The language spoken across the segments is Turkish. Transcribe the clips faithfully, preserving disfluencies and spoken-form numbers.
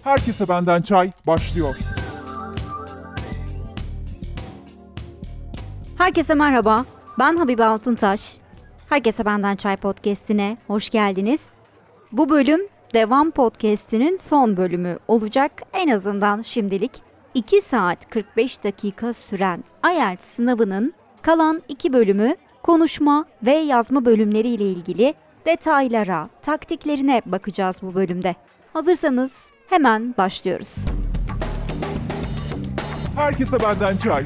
Herkese Benden Çay başlıyor. Herkese merhaba, ben Habibe Altıntaş. Herkese Benden Çay podcastine hoş geldiniz. Bu bölüm Devam podcastinin son bölümü olacak. En azından şimdilik iki saat kırk beş dakika süren I E L T S sınavının kalan iki bölümü konuşma ve yazma bölümleriyle ilgili detaylara, taktiklerine bakacağız bu bölümde. Hazırsanız hemen başlıyoruz. Herkese Benden Çay.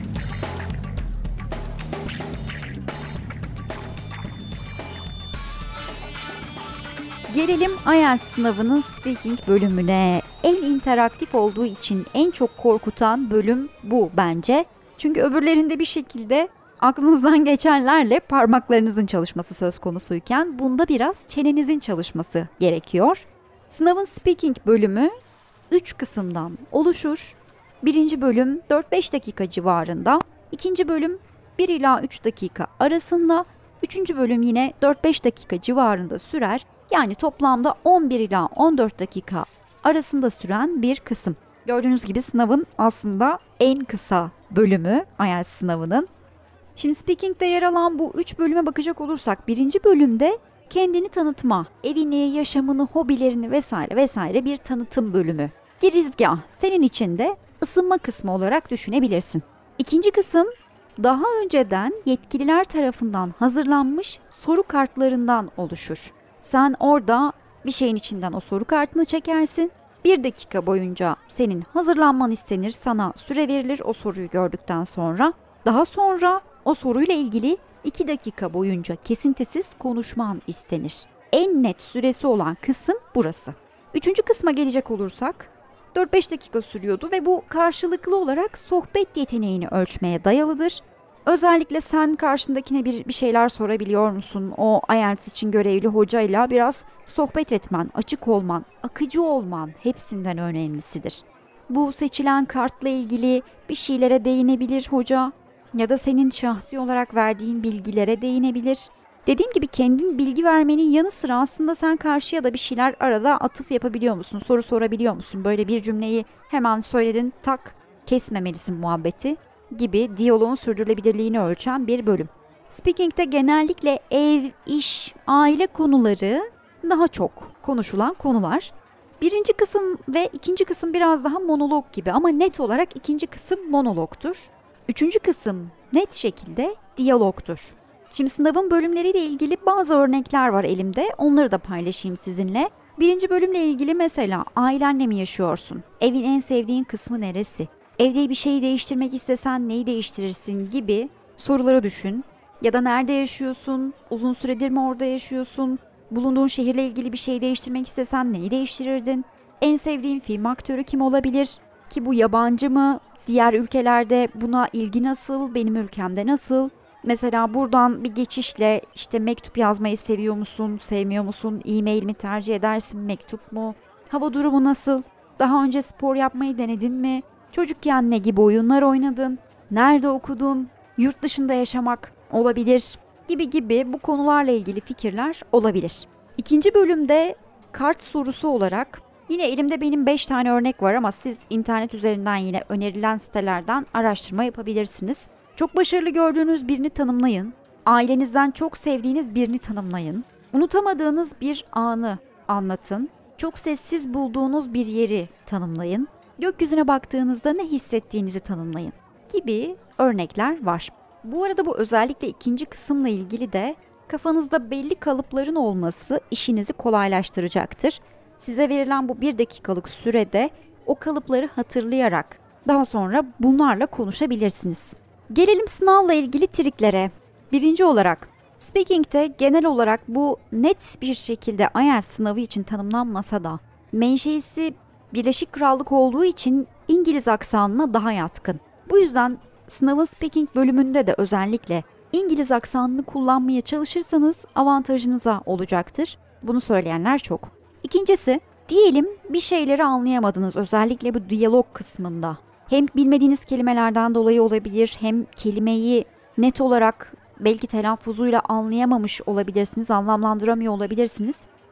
Gelelim I E L T S sınavının speaking bölümüne. En interaktif olduğu için en çok korkutan bölüm bu bence. Çünkü öbürlerinde bir şekilde aklınızdan geçenlerle parmaklarınızın çalışması söz konusuyken bunda biraz çenenizin çalışması gerekiyor. Sınavın speaking bölümü üç kısımdan oluşur. Birinci bölüm dört beş dakika civarında, ikinci bölüm bir ila üç dakika arasında, üçüncü bölüm yine dört beş dakika civarında sürer. Yani toplamda on bir ila on dört dakika arasında süren bir kısım. Gördüğünüz gibi sınavın aslında en kısa bölümü I E L T S sınavının. Şimdi speaking'de yer alan bu üç bölüme bakacak olursak birinci bölümde kendini tanıtma, evini, yaşamını, hobilerini vesaire vesaire bir tanıtım bölümü. Girizgah senin için de ısınma kısmı olarak düşünebilirsin. İkinci kısım daha önceden yetkililer tarafından hazırlanmış soru kartlarından oluşur. Sen orada bir şeyin içinden o soru kartını çekersin. Bir dakika boyunca senin hazırlanman istenir, sana süre verilir o soruyu gördükten sonra. Daha sonra o soruyla ilgili iki dakika boyunca kesintisiz konuşman istenir. En net süresi olan kısım burası. Üçüncü kısma gelecek olursak dört beş dakika sürüyordu ve bu karşılıklı olarak sohbet yeteneğini ölçmeye dayalıdır. Özellikle sen karşındakine bir, bir şeyler sorabiliyor musun? O I E L T S için görevli hocayla biraz sohbet etmen, açık olman, akıcı olman hepsinden önemlisidir. Bu seçilen kartla ilgili bir şeylere değinebilir hoca ya da senin şahsi olarak verdiğin bilgilere değinebilir. Dediğim gibi kendin bilgi vermenin yanı sıra aslında sen karşıya da bir şeyler arada atıf yapabiliyor musun? Soru sorabiliyor musun? Böyle bir cümleyi hemen söyledin, tak, kesmemelisin muhabbeti gibi diyaloğun sürdürülebilirliğini ölçen bir bölüm. Speaking'de genellikle ev, iş, aile konuları daha çok konuşulan konular. Birinci kısım ve ikinci kısım biraz daha monolog gibi ama net olarak ikinci kısım monologtur. Üçüncü kısım net şekilde diyalogtur. Şimdi sınavın bölümleriyle ilgili bazı örnekler var elimde. Onları da paylaşayım sizinle. Birinci bölümle ilgili mesela ailenle mi yaşıyorsun? Evin en sevdiğin kısmı neresi? Evde bir şeyi değiştirmek istesen neyi değiştirirsin gibi soruları düşün. Ya da nerede yaşıyorsun? Uzun süredir mi orada yaşıyorsun? Bulunduğun şehirle ilgili bir şey değiştirmek istesen neyi değiştirirdin? En sevdiğin film aktörü kim olabilir? Ki bu yabancı mı? Diğer ülkelerde buna ilgi nasıl? Benim ülkemde nasıl? Mesela buradan bir geçişle işte mektup yazmayı seviyor musun, sevmiyor musun? E-mail mi tercih edersin, mektup mu? Hava durumu nasıl? Daha önce spor yapmayı denedin mi? Çocukken ne gibi oyunlar oynadın? Nerede okudun? Yurt dışında yaşamak olabilir gibi gibi bu konularla ilgili fikirler olabilir. İkinci bölümde kart sorusu olarak yine elimde benim beş tane örnek var ama siz internet üzerinden yine önerilen sitelerden araştırma yapabilirsiniz. Çok başarılı gördüğünüz birini tanımlayın. Ailenizden çok sevdiğiniz birini tanımlayın. Unutamadığınız bir anı anlatın. Çok sessiz bulduğunuz bir yeri tanımlayın. Gökyüzüne baktığınızda ne hissettiğinizi tanımlayın gibi örnekler var. Bu arada bu özellikle ikinci kısımla ilgili de kafanızda belli kalıpların olması işinizi kolaylaştıracaktır. Size verilen bu bir dakikalık sürede o kalıpları hatırlayarak daha sonra bunlarla konuşabilirsiniz. Gelelim sınavla ilgili triklere. Birinci olarak speaking'de genel olarak bu net bir şekilde I E L T S sınavı için tanımlanmasa da menşeisi Birleşik Krallık olduğu için İngiliz aksanına daha yatkın. Bu yüzden sınavın speaking bölümünde de özellikle İngiliz aksanını kullanmaya çalışırsanız avantajınıza olacaktır. Bunu söyleyenler çok. İkincisi, diyelim bir şeyleri anlayamadınız özellikle bu diyalog kısmında. Hem bilmediğiniz kelimelerden dolayı olabilir, hem kelimeyi net olarak belki telaffuzuyla anlayamamış olabilirsiniz, anlamlandıramıyor olabilirsiniz.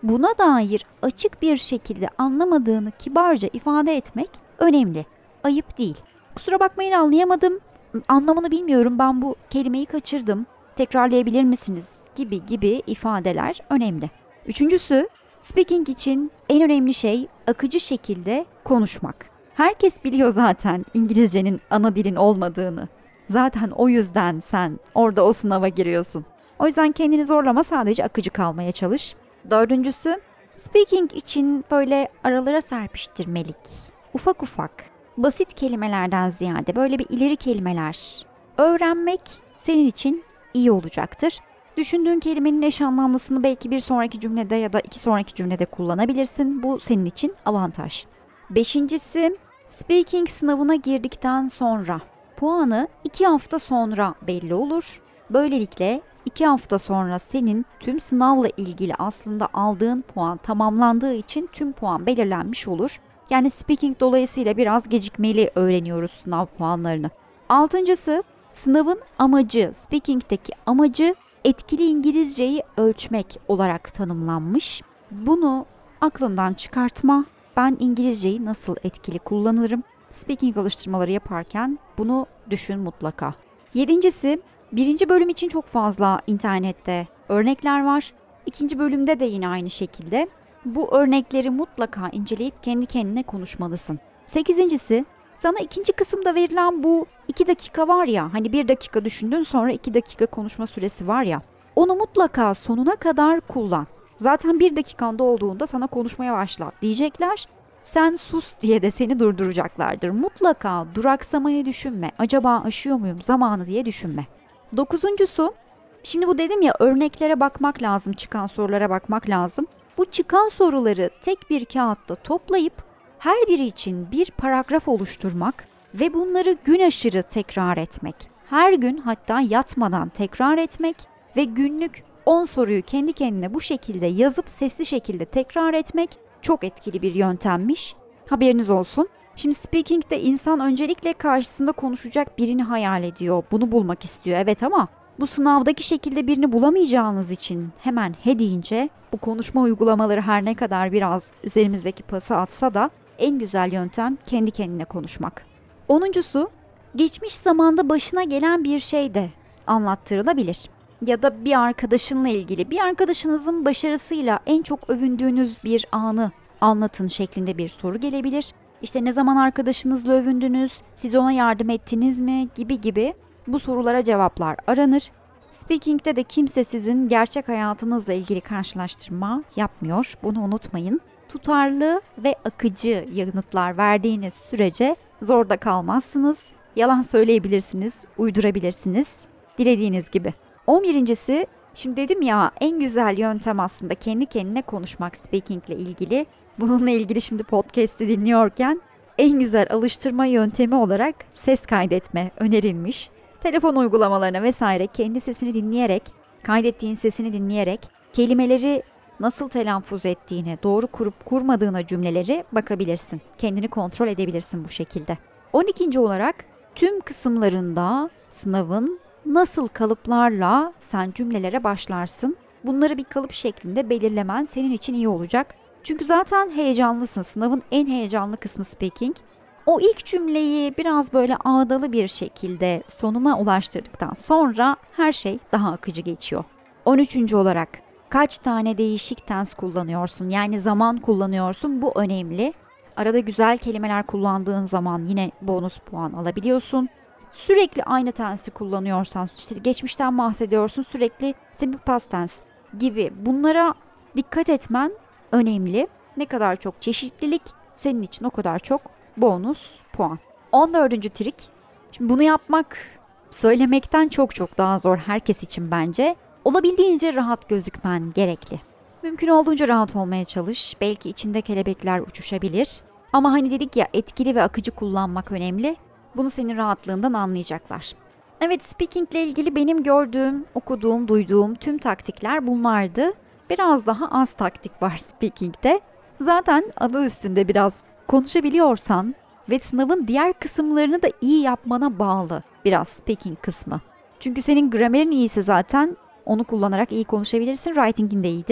buna dair açık bir şekilde anlamadığını kibarca ifade etmek önemli. Ayıp değil. Kusura bakmayın anlayamadım, anlamını bilmiyorum, ben bu kelimeyi kaçırdım, tekrarlayabilir misiniz gibi gibi ifadeler önemli. Üçüncüsü, speaking için en önemli şey akıcı şekilde konuşmak. Herkes biliyor zaten İngilizcenin ana dilin olmadığını. Zaten o yüzden sen orada o sınava giriyorsun. O yüzden kendini zorlama, sadece akıcı kalmaya çalış. Dördüncüsü, speaking için böyle aralara serpiştirmelik, ufak ufak, basit kelimelerden ziyade böyle bir ileri kelimeler öğrenmek senin için iyi olacaktır. Düşündüğün kelimenin eş anlamlısını belki bir sonraki cümlede ya da iki sonraki cümlede kullanabilirsin. Bu senin için avantaj. Beşincisi, speaking sınavına girdikten sonra puanı iki hafta sonra belli olur. Böylelikle iki hafta sonra senin tüm sınavla ilgili aslında aldığın puan tamamlandığı için tüm puan belirlenmiş olur. Yani speaking dolayısıyla biraz gecikmeli öğreniyoruz sınav puanlarını. Altıncısı, sınavın amacı, speaking'deki amacı etkili İngilizceyi ölçmek olarak tanımlanmış. Bunu aklından çıkartma. Ben İngilizceyi nasıl etkili kullanırım? Speaking alıştırmaları yaparken bunu düşün mutlaka. Yedincisi, birinci bölüm için çok fazla internette örnekler var. İkinci bölümde de yine aynı şekilde. Bu örnekleri mutlaka inceleyip kendi kendine konuşmalısın. Sekizincisi, sana ikinci kısımda verilen bu iki dakika var ya, hani bir dakika düşündün sonra iki dakika konuşma süresi var ya, onu mutlaka sonuna kadar kullan. Zaten bir dakikanda olduğunda sana konuşmaya başla diyecekler. Sen sus diye de seni durduracaklardır. Mutlaka duraksamayı düşünme. Acaba aşıyor muyum zamanı diye düşünme. Dokuzuncusu, şimdi bu dedim ya, örneklere bakmak lazım, çıkan sorulara bakmak lazım. Bu çıkan soruları tek bir kağıtta toplayıp her biri için bir paragraf oluşturmak ve bunları gün aşırı tekrar etmek. Her gün, hatta yatmadan tekrar etmek ve günlük on soruyu kendi kendine bu şekilde yazıp sesli şekilde tekrar etmek çok etkili bir yöntemmiş. Haberiniz olsun. Şimdi speaking'de insan öncelikle karşısında konuşacak birini hayal ediyor. Bunu bulmak istiyor, evet, ama bu sınavdaki şekilde birini bulamayacağınız için hemen he deyince bu konuşma uygulamaları her ne kadar biraz üzerimizdeki pası atsa da en güzel yöntem kendi kendine konuşmak. Onuncusu, geçmiş zamanda başına gelen bir şey de anlattırılabilir. Ya da bir arkadaşınla ilgili, bir arkadaşınızın başarısıyla en çok övündüğünüz bir anı anlatın şeklinde bir soru gelebilir. İşte ne zaman arkadaşınızla övündünüz, siz ona yardım ettiniz mi gibi gibi bu sorulara cevaplar aranır. Speaking'de de kimse sizin gerçek hayatınızla ilgili karşılaştırma yapmıyor. Bunu unutmayın. Tutarlı ve akıcı yanıtlar verdiğiniz sürece zorda kalmazsınız. Yalan söyleyebilirsiniz, uydurabilirsiniz. Dilediğiniz gibi. on birincisi, şimdi dedim ya, en güzel yöntem aslında kendi kendine konuşmak speaking ile ilgili. Bununla ilgili şimdi podcast'i dinliyorken en güzel alıştırma yöntemi olarak ses kaydetme önerilmiş. Telefon uygulamalarına vesaire kendi sesini dinleyerek, kaydettiğin sesini dinleyerek kelimeleri nasıl telaffuz ettiğine, doğru kurup kurmadığına cümleleri bakabilirsin. Kendini kontrol edebilirsin bu şekilde. on ikinci olarak tüm kısımlarında sınavın nasıl kalıplarla sen cümlelere başlarsın? Bunları bir kalıp şeklinde belirlemen senin için iyi olacak. Çünkü zaten heyecanlısın. Sınavın en heyecanlı kısmı speaking. O ilk cümleyi biraz böyle ağdalı bir şekilde sonuna ulaştırdıktan sonra her şey daha akıcı geçiyor. on üçüncü olarak kaç tane değişik tense kullanıyorsun? Yani zaman kullanıyorsun. Bu önemli. Arada güzel kelimeler kullandığın zaman yine bonus puan alabiliyorsun. Sürekli aynı tense'i kullanıyorsan, işte geçmişten bahsediyorsun, sürekli simple past tense gibi, bunlara dikkat etmen önemli. Ne kadar çok çeşitlilik senin için o kadar çok bonus puan. on dördüncü trik. Şimdi bunu yapmak söylemekten çok çok daha zor herkes için bence. Olabildiğince rahat gözükmen gerekli. Mümkün olduğunca rahat olmaya çalış. Belki içinde kelebekler uçuşabilir. Ama hani dedik ya, etkili ve akıcı kullanmak önemli. Bunu senin rahatlığından anlayacaklar. Evet, speaking ile ilgili benim gördüğüm, okuduğum, duyduğum tüm taktikler bunlardı. Biraz daha az taktik var speaking'de. Zaten adı üstünde biraz konuşabiliyorsan ve sınavın diğer kısımlarını da iyi yapmana bağlı biraz speaking kısmı. Çünkü senin gramerin iyiyse zaten onu kullanarak iyi konuşabilirsin. Writing'in de iyidir.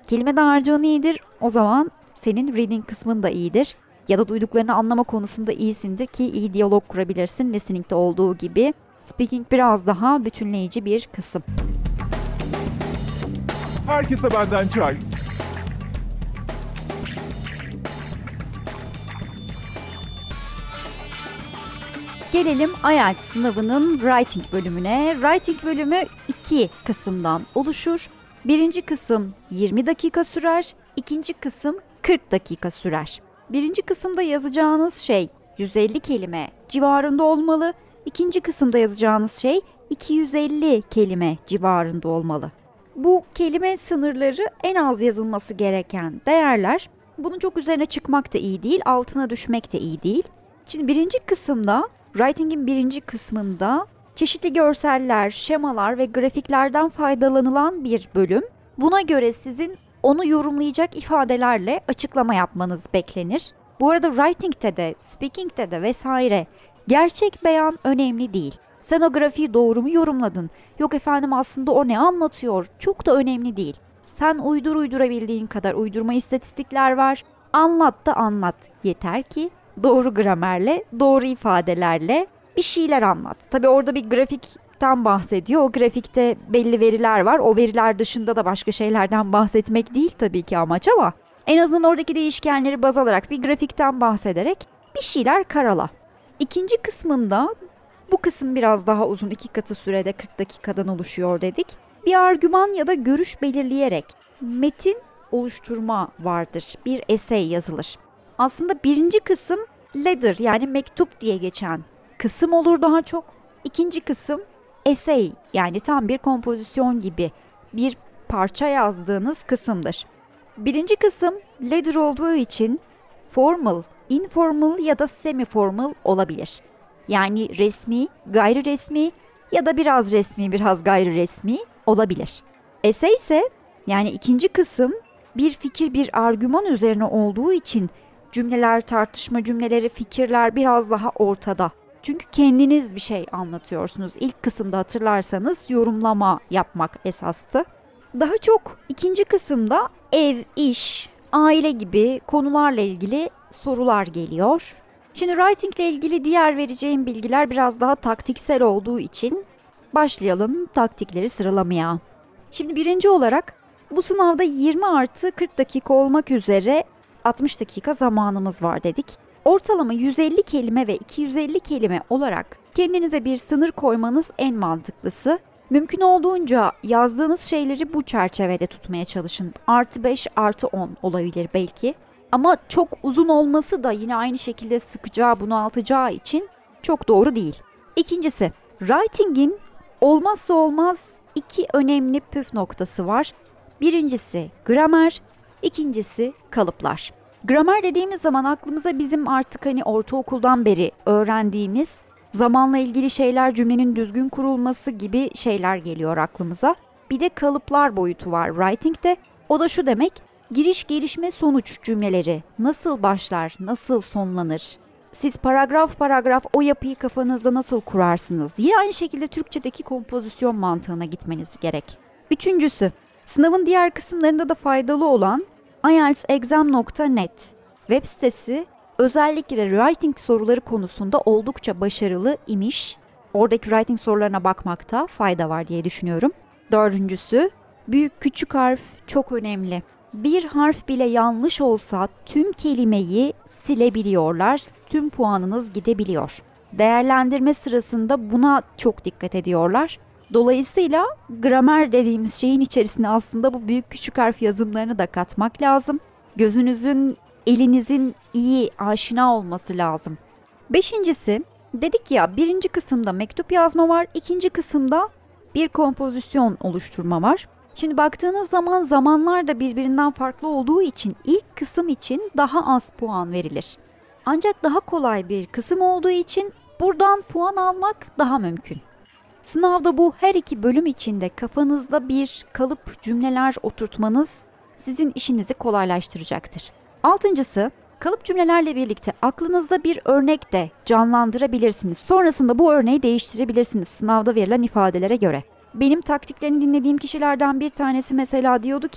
Kelime dağarcığın iyidir, o zaman senin reading kısmın da iyidir. Ya da duyduklarını anlama konusunda iyisindir ki iyi diyalog kurabilirsin listening'de olduğu gibi. Speaking biraz daha bütünleyici bir kısım. Herkese benden çay. Gelelim I E L T S sınavının Writing bölümüne. Writing bölümü iki kısımdan oluşur. Birinci kısım yirmi dakika sürer, ikinci kısım kırk dakika sürer. Birinci kısımda yazacağınız şey yüz elli kelime civarında olmalı. İkinci kısımda yazacağınız şey iki yüz elli kelime civarında olmalı. Bu kelime sınırları en az yazılması gereken değerler. Bunun çok üzerine çıkmak da iyi değil, altına düşmek de iyi değil. Şimdi birinci kısımda, Writing'in birinci kısmında çeşitli görseller, şemalar ve grafiklerden faydalanılan bir bölüm. Buna göre sizin onu yorumlayacak ifadelerle açıklama yapmanız beklenir. Bu arada writing'te de, speaking'te de vesaire gerçek beyan önemli değil. Sen o grafiği doğru mu yorumladın? Yok efendim aslında o ne anlatıyor? Çok da önemli değil. Sen uydur uydurabildiğin kadar uydurma istatistikler var. Anlat da anlat. Yeter ki doğru gramerle, doğru ifadelerle bir şeyler anlat. Tabii orada bir grafikten bahsediyor. O grafikte belli veriler var. O veriler dışında da başka şeylerden bahsetmek değil tabii ki amaç ama en azından oradaki değişkenleri baz alarak bir grafikten bahsederek bir şeyler karala. İkinci kısmında, bu kısım biraz daha uzun, iki katı sürede kırk dakikadan oluşuyor dedik. Bir argüman ya da görüş belirleyerek metin oluşturma vardır. Bir essay yazılır. Aslında birinci kısım letter yani mektup diye geçen kısım olur daha çok. İkinci kısım essay yani tam bir kompozisyon gibi bir parça yazdığınız kısımdır. Birinci kısım letter olduğu için formal, informal ya da semi-formal olabilir. Yani resmi, gayri resmi ya da biraz resmi, biraz gayri resmi olabilir. Essay ise yani ikinci kısım bir fikir, bir argüman üzerine olduğu için cümleler, tartışma cümleleri, fikirler biraz daha ortada. Çünkü kendiniz bir şey anlatıyorsunuz. İlk kısımda hatırlarsanız yorumlama yapmak esastı. Daha çok ikinci kısımda ev, iş, aile gibi konularla ilgili sorular geliyor. Şimdi writing ile ilgili diğer vereceğim bilgiler biraz daha taktiksel olduğu için başlayalım taktikleri sıralamaya. Şimdi birinci olarak bu sınavda yirmi artı kırk dakika olmak üzere altmış dakika zamanımız var dedik. Ortalama yüz elli kelime ve iki yüz elli kelime olarak kendinize bir sınır koymanız en mantıklısı. Mümkün olduğunca yazdığınız şeyleri bu çerçevede tutmaya çalışın. Artı beş, artı on olabilir belki. Ama çok uzun olması da yine aynı şekilde sıkacağı, bunaltacağı için çok doğru değil. İkincisi, writing'in olmazsa olmaz iki önemli püf noktası var. Birincisi gramer, ikincisi kalıplar. Gramer dediğimiz zaman aklımıza bizim artık hani ortaokuldan beri öğrendiğimiz zamanla ilgili şeyler, cümlenin düzgün kurulması gibi şeyler geliyor aklımıza. Bir de kalıplar boyutu var writing'de. O da şu demek, giriş, gelişme, sonuç cümleleri nasıl başlar, nasıl sonlanır? Siz paragraf paragraf o yapıyı kafanızda nasıl kurarsınız? Yine aynı şekilde Türkçedeki kompozisyon mantığına gitmeniz gerek. Üçüncüsü, sınavın diğer kısımlarında da faydalı olan I E L T S exam nokta net web sitesi özellikle writing soruları konusunda oldukça başarılı imiş. Oradaki writing sorularına bakmakta fayda var diye düşünüyorum. Dördüncüsü, büyük küçük harf çok önemli. Bir harf bile yanlış olsa tüm kelimeyi silebiliyorlar, tüm puanınız gidebiliyor. Değerlendirme sırasında buna çok dikkat ediyorlar. Dolayısıyla gramer dediğimiz şeyin içerisine aslında bu büyük küçük harf yazımlarını da katmak lazım. Gözünüzün, elinizin iyi aşina olması lazım. Beşincisi, dedik ya birinci kısımda mektup yazma var, ikinci kısımda bir kompozisyon oluşturma var. Şimdi baktığınız zaman zamanlar da birbirinden farklı olduğu için ilk kısım için daha az puan verilir. Ancak daha kolay bir kısım olduğu için buradan puan almak daha mümkün. Sınavda bu her iki bölüm içinde kafanızda bir kalıp cümleler oturtmanız sizin işinizi kolaylaştıracaktır. Altıncısı, kalıp cümlelerle birlikte aklınızda bir örnek de canlandırabilirsiniz. Sonrasında bu örneği değiştirebilirsiniz sınavda verilen ifadelere göre. Benim taktiklerini dinlediğim kişilerden bir tanesi mesela diyordu ki,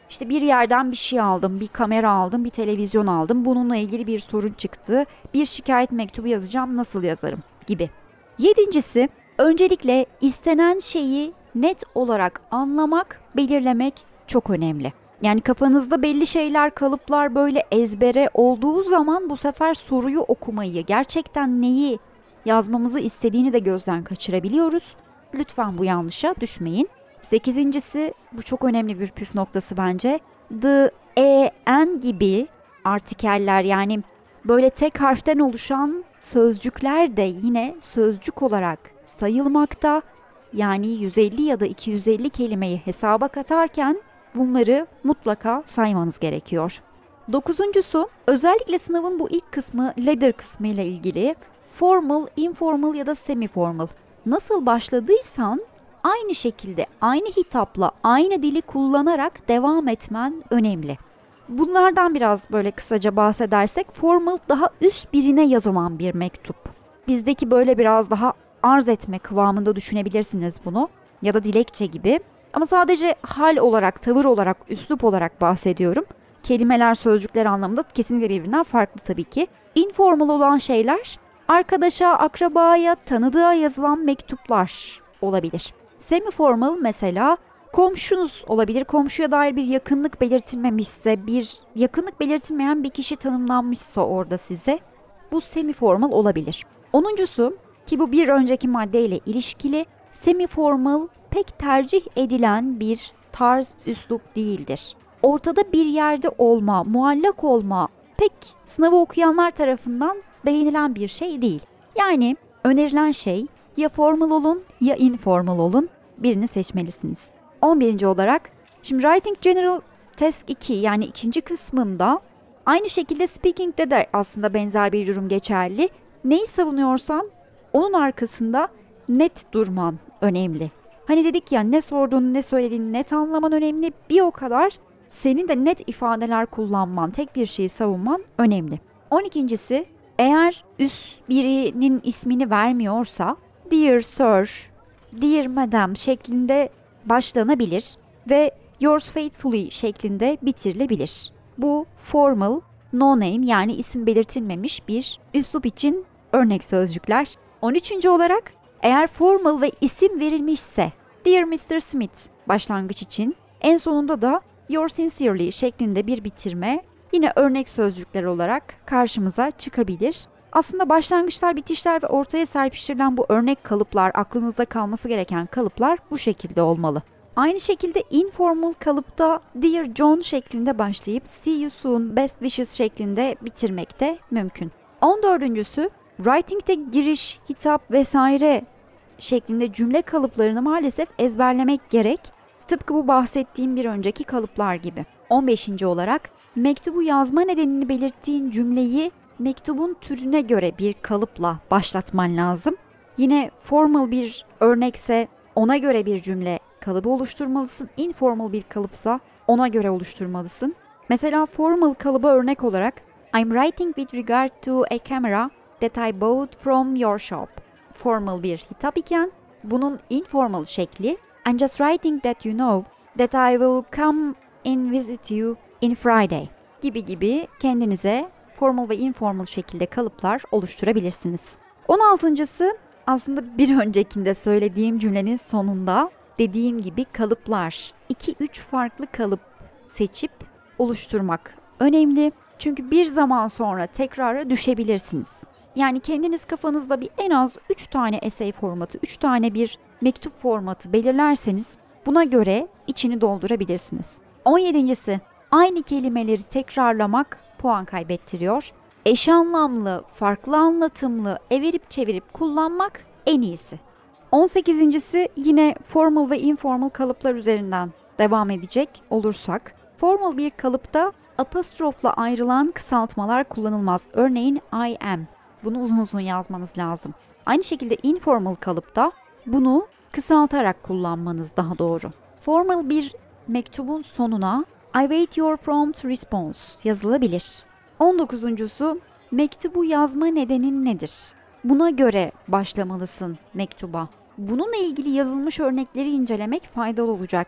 İşte bir yerden bir şey aldım, bir kamera aldım, bir televizyon aldım. Bununla ilgili bir sorun çıktı. Bir şikayet mektubu yazacağım, nasıl yazarım gibi. Yedincisi, öncelikle istenen şeyi net olarak anlamak, belirlemek çok önemli. Yani kafanızda belli şeyler, kalıplar böyle ezbere olduğu zaman bu sefer soruyu okumayı, gerçekten neyi yazmamızı istediğini de gözden kaçırabiliyoruz. Lütfen bu yanlışa düşmeyin. Sekizincisi, bu çok önemli bir püf noktası bence. The, e, en gibi artikeller, yani böyle tek harften oluşan sözcükler de yine sözcük olarak sayılmakta. Yani yüz elli ya da iki yüz elli kelimeyi hesaba katarken bunları mutlaka saymanız gerekiyor. Dokuzuncusu, özellikle sınavın bu ilk kısmı, letter kısmı ile ilgili formal, informal ya da semi-formal. Nasıl başladıysan aynı şekilde, aynı hitapla, aynı dili kullanarak devam etmen önemli. Bunlardan biraz böyle kısaca bahsedersek, formal daha üst birine yazılan bir mektup. Bizdeki böyle biraz daha arz etme kıvamında düşünebilirsiniz bunu ya da dilekçe gibi. Ama sadece hal olarak, tavır olarak, üslup olarak bahsediyorum. Kelimeler, sözcükler anlamında kesinlikle birbirinden farklı tabii ki. Informal olan şeyler, arkadaşa, akrabaya, tanıdığa yazılan mektuplar olabilir. Semi-formal mesela komşunuz olabilir. Komşuya dair bir yakınlık belirtilmemişse, bir yakınlık belirtilmeyen bir kişi tanımlanmışsa orada size, bu semi-formal olabilir. Onuncusu, ki bu bir önceki maddeyle ilişkili, semi-formal pek tercih edilen bir tarz, üslup değildir. Ortada bir yerde olma, muallak olma pek sınavı okuyanlar tarafından beğenilen bir şey değil. Yani önerilen şey ya formal olun ya informal olun, birini seçmelisiniz. on birinci olarak, şimdi Writing General Test iki, yani ikinci kısmında aynı şekilde Speaking'de de aslında benzer bir durum geçerli. Neyi savunuyorsan onun arkasında net durman önemli. Hani dedik ya, ne sorduğunu, ne söylediğini net anlaman önemli. Bir o kadar senin de net ifadeler kullanman, tek bir şeyi savunman önemli. on ikincisi, eğer üst birinin ismini vermiyorsa Dear Sir, Dear Madam şeklinde başlanabilir ve Yours faithfully şeklinde bitirilebilir. Bu formal, no name, yani isim belirtilmemiş bir üslup için örnek sözcükler. on üçüncü olarak, eğer formal ve isim verilmişse Dear mister Smith başlangıç için, en sonunda da Yours sincerely şeklinde bir bitirme yine örnek sözcükler olarak karşımıza çıkabilir. Aslında başlangıçlar, bitişler ve ortaya serpiştirilen bu örnek kalıplar, aklınızda kalması gereken kalıplar bu şekilde olmalı. Aynı şekilde informal kalıpta Dear John şeklinde başlayıp See you soon, best wishes şeklinde bitirmek de mümkün. on dördüncüsü, writing'de giriş, hitap vesaire şeklinde cümle kalıplarını maalesef ezberlemek gerek. Tıpkı bu bahsettiğim bir önceki kalıplar gibi. on beşinci olarak, mektubu yazma nedenini belirttiğin cümleyi mektubun türüne göre bir kalıpla başlatman lazım. Yine formal bir örnekse ona göre bir cümle kalıbı oluşturmalısın. Informal bir kalıpsa ona göre oluşturmalısın. Mesela formal kalıba örnek olarak I'm writing with regard to a camera that I bought from your shop. Formal bir hitap iken bunun informal şekli I'm just writing that you know that I will come and visit you in Friday gibi gibi kendinize formal ve informal şekilde kalıplar oluşturabilirsiniz. on altıncısı aslında bir öncekinde söylediğim cümlenin sonunda dediğim gibi kalıplar. iki üç farklı kalıp seçip oluşturmak önemli. Çünkü bir zaman sonra tekrara düşebilirsiniz. Yani kendiniz kafanızda bir en az üç tane essay formatı, üç tane bir mektup formatı belirlerseniz buna göre içini doldurabilirsiniz. on yedincisi aynı kelimeleri tekrarlamak puan kaybettiriyor. Eş anlamlı, farklı anlatımlı, evirip çevirip kullanmak en iyisi. on sekizincisi yine formal ve informal kalıplar üzerinden devam edecek olursak, formal bir kalıpta apostrofla ayrılan kısaltmalar kullanılmaz. Örneğin I am. Bunu uzun uzun yazmanız lazım. Aynı şekilde informal kalıpta bunu kısaltarak kullanmanız daha doğru. Formal bir mektubun sonuna I wait your prompt response yazılabilir. on dokuzuncusu mektubu yazma nedenin nedir? Buna göre başlamalısın mektuba. Bununla ilgili yazılmış örnekleri incelemek faydalı olacaktır.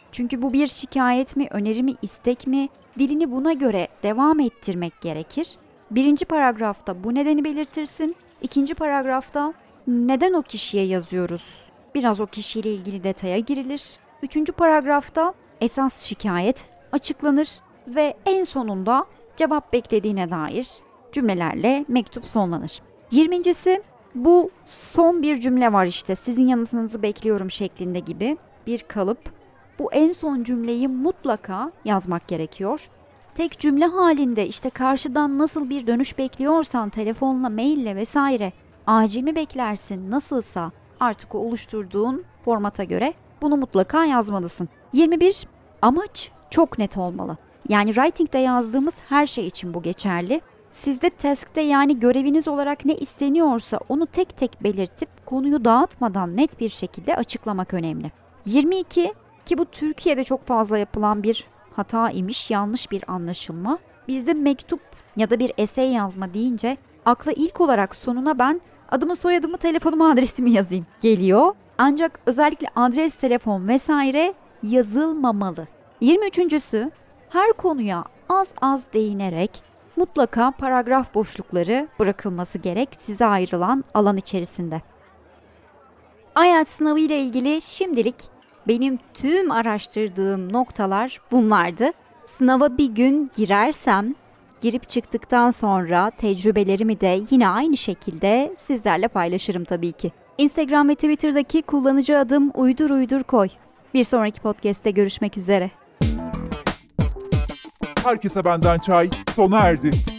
Çünkü bu bir şikayet mi, öneri mi, istek mi? Dilini buna göre devam ettirmek gerekir. Birinci paragrafta bu nedeni belirtirsin. İkinci paragrafta neden o kişiye yazıyoruz? Biraz o kişiyle ilgili detaya girilir. Üçüncü paragrafta esas şikayet açıklanır ve en sonunda cevap beklediğine dair cümlelerle mektup sonlanır. Yirmincisi bu son bir cümle var işte sizin yanıtınızı bekliyorum şeklinde gibi bir kalıp. Bu en son cümleyi mutlaka yazmak gerekiyor. Tek cümle halinde işte karşıdan nasıl bir dönüş bekliyorsan telefonla, maille vesaire acil mi beklersin nasılsa artık o oluşturduğun formata göre bunu mutlaka yazmalısın. yirmi bir Amaç çok net olmalı. Yani writing'de yazdığımız her şey için bu geçerli. Sizde task'te yani göreviniz olarak ne isteniyorsa onu tek tek belirtip konuyu dağıtmadan net bir şekilde açıklamak önemli. yirmi iki Ki bu Türkiye'de çok fazla yapılan bir hata imiş, yanlış bir anlaşılma. Bizde mektup ya da bir essay yazma deyince akla ilk olarak sonuna ben adımı, soyadımı, telefonumu, adresimi yazayım geliyor. Ancak özellikle adres, telefon vesaire yazılmamalı. yirmi üçüncüsü her konuya az az değinerek mutlaka paragraf boşlukları bırakılması gerek size ayrılan alan içerisinde. I E L T S sınavı ile ilgili şimdilik benim tüm araştırdığım noktalar bunlardı. Sınava bir gün girersem, girip çıktıktan sonra tecrübelerimi de yine aynı şekilde sizlerle paylaşırım tabii ki. Instagram ve Twitter'daki kullanıcı adım uydur uydur koy. Bir sonraki podcast'te görüşmek üzere. Herkese benden çay sona erdi.